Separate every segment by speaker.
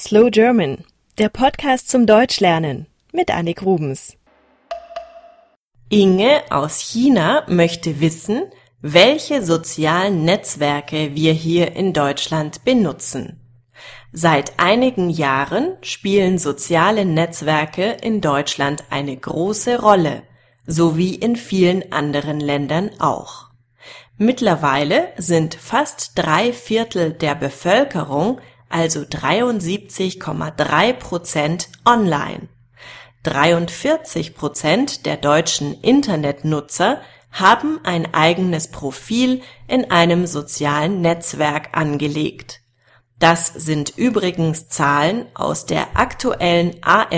Speaker 1: Slow German, der Podcast zum Deutschlernen mit Annik Rubens.
Speaker 2: Inge aus China möchte wissen, welche sozialen Netzwerke wir hier in Deutschland benutzen. Seit einigen Jahren spielen soziale Netzwerke in Deutschland eine große Rolle, so wie in vielen anderen Ländern auch. Mittlerweile sind fast 3/4 der Bevölkerung, also 73,3%, online. 43% der deutschen Internetnutzer haben ein eigenes Profil in einem sozialen Netzwerk angelegt. Das sind übrigens Zahlen aus der aktuellen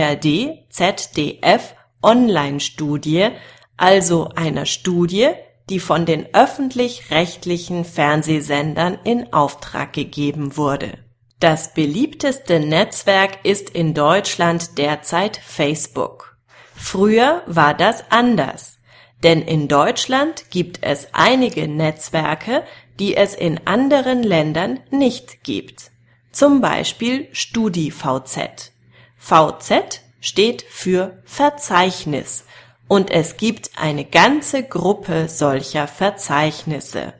Speaker 2: ARD-ZDF Online-Studie, also einer Studie, die von den öffentlich-rechtlichen Fernsehsendern in Auftrag gegeben wurde. Das beliebteste Netzwerk ist in Deutschland derzeit Facebook. Früher war das anders, denn in Deutschland gibt es einige Netzwerke, die es in anderen Ländern nicht gibt. Zum Beispiel StudiVZ. VZ steht für Verzeichnis und es gibt eine ganze Gruppe solcher Verzeichnisse.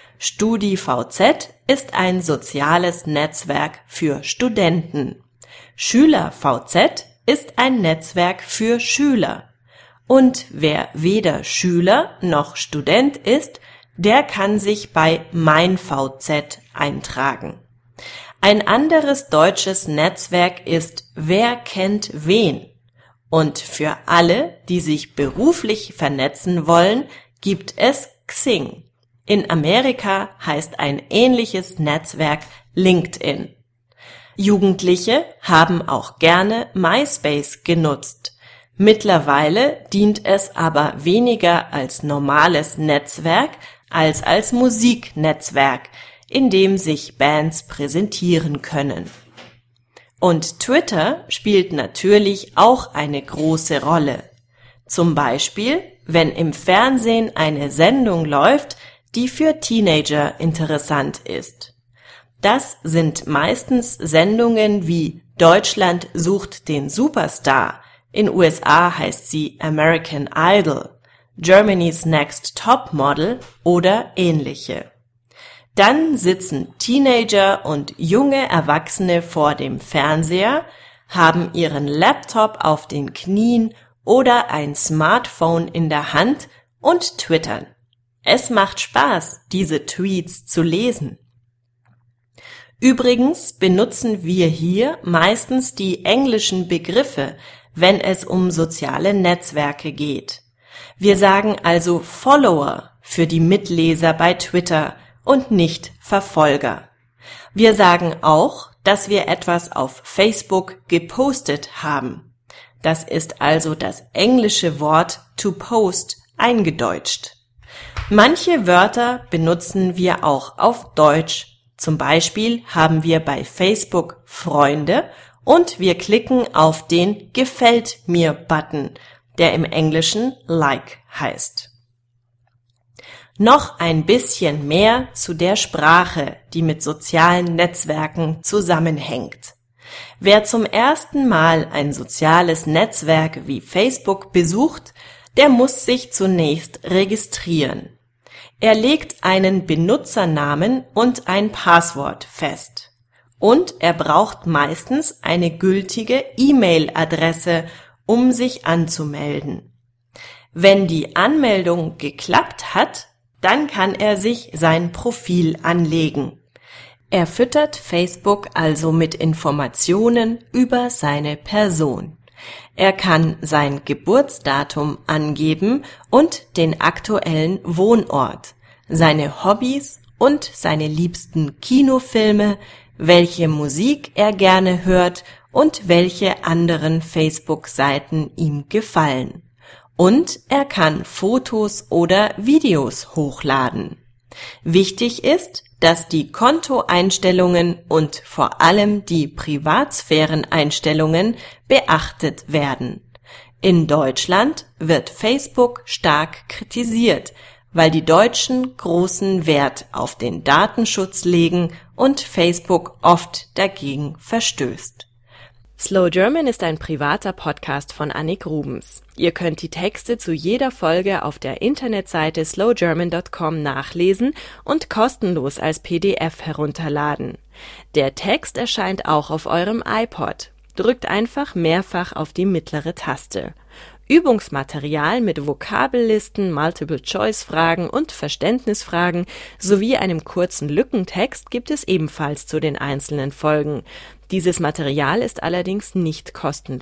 Speaker 2: StudiVZ ist ein soziales Netzwerk für Studenten. SchülerVZ ist ein Netzwerk für Schüler. Und wer weder Schüler noch Student ist, der kann sich bei meinVZ eintragen. Ein anderes deutsches Netzwerk ist Wer kennt wen? Und für alle, die sich beruflich vernetzen wollen, gibt es Xing. In Amerika heißt ein ähnliches Netzwerk LinkedIn. Jugendliche haben auch gerne MySpace genutzt. Mittlerweile dient es aber weniger als normales Netzwerk als als Musiknetzwerk, in dem sich Bands präsentieren können. Und Twitter spielt natürlich auch eine große Rolle. Zum Beispiel, wenn im Fernsehen eine Sendung läuft, die für Teenager interessant ist. Das sind meistens Sendungen wie Deutschland sucht den Superstar, in USA heißt sie American Idol, Germany's Next Top Model oder ähnliche. Dann sitzen Teenager und junge Erwachsene vor dem Fernseher, haben ihren Laptop auf den Knien oder ein Smartphone in der Hand und twittern. Es macht Spaß, diese Tweets zu lesen. Übrigens benutzen wir hier meistens die englischen Begriffe, wenn es um soziale Netzwerke geht. Wir sagen also Follower für die Mitleser bei Twitter und nicht Verfolger. Wir sagen auch, dass wir etwas auf Facebook gepostet haben. Das ist also das englische Wort to post eingedeutscht. Manche Wörter benutzen wir auch auf Deutsch. Zum Beispiel haben wir bei Facebook Freunde und wir klicken auf den Gefällt mir-Button, der im Englischen Like heißt. Noch ein bisschen mehr zu der Sprache, die mit sozialen Netzwerken zusammenhängt. Wer zum ersten Mal ein soziales Netzwerk wie Facebook besucht, der muss sich zunächst registrieren. Er legt einen Benutzernamen und ein Passwort fest. Und er braucht meistens eine gültige E-Mail-Adresse, um sich anzumelden. Wenn die Anmeldung geklappt hat, dann kann er sich sein Profil anlegen. Er füttert Facebook also mit Informationen über seine Person. Er kann sein Geburtsdatum angeben und den aktuellen Wohnort, seine Hobbys und seine liebsten Kinofilme, welche Musik er gerne hört und welche anderen Facebook-Seiten ihm gefallen. Und er kann Fotos oder Videos hochladen. Wichtig ist, dass die Kontoeinstellungen und vor allem die Privatsphäreneinstellungen beachtet werden. In Deutschland wird Facebook stark kritisiert, weil die Deutschen großen Wert auf den Datenschutz legen und Facebook oft dagegen verstößt.
Speaker 1: Slow German ist ein privater Podcast von Annik Rubens. Ihr könnt die Texte zu jeder Folge auf der Internetseite slowgerman.com nachlesen und kostenlos als PDF herunterladen. Der Text erscheint auch auf eurem iPod. Drückt einfach mehrfach auf die mittlere Taste. Übungsmaterial mit Vokabellisten, Multiple-Choice-Fragen und Verständnisfragen sowie einem kurzen Lückentext gibt es ebenfalls zu den einzelnen Folgen. Dieses Material ist allerdings nicht kostenlos.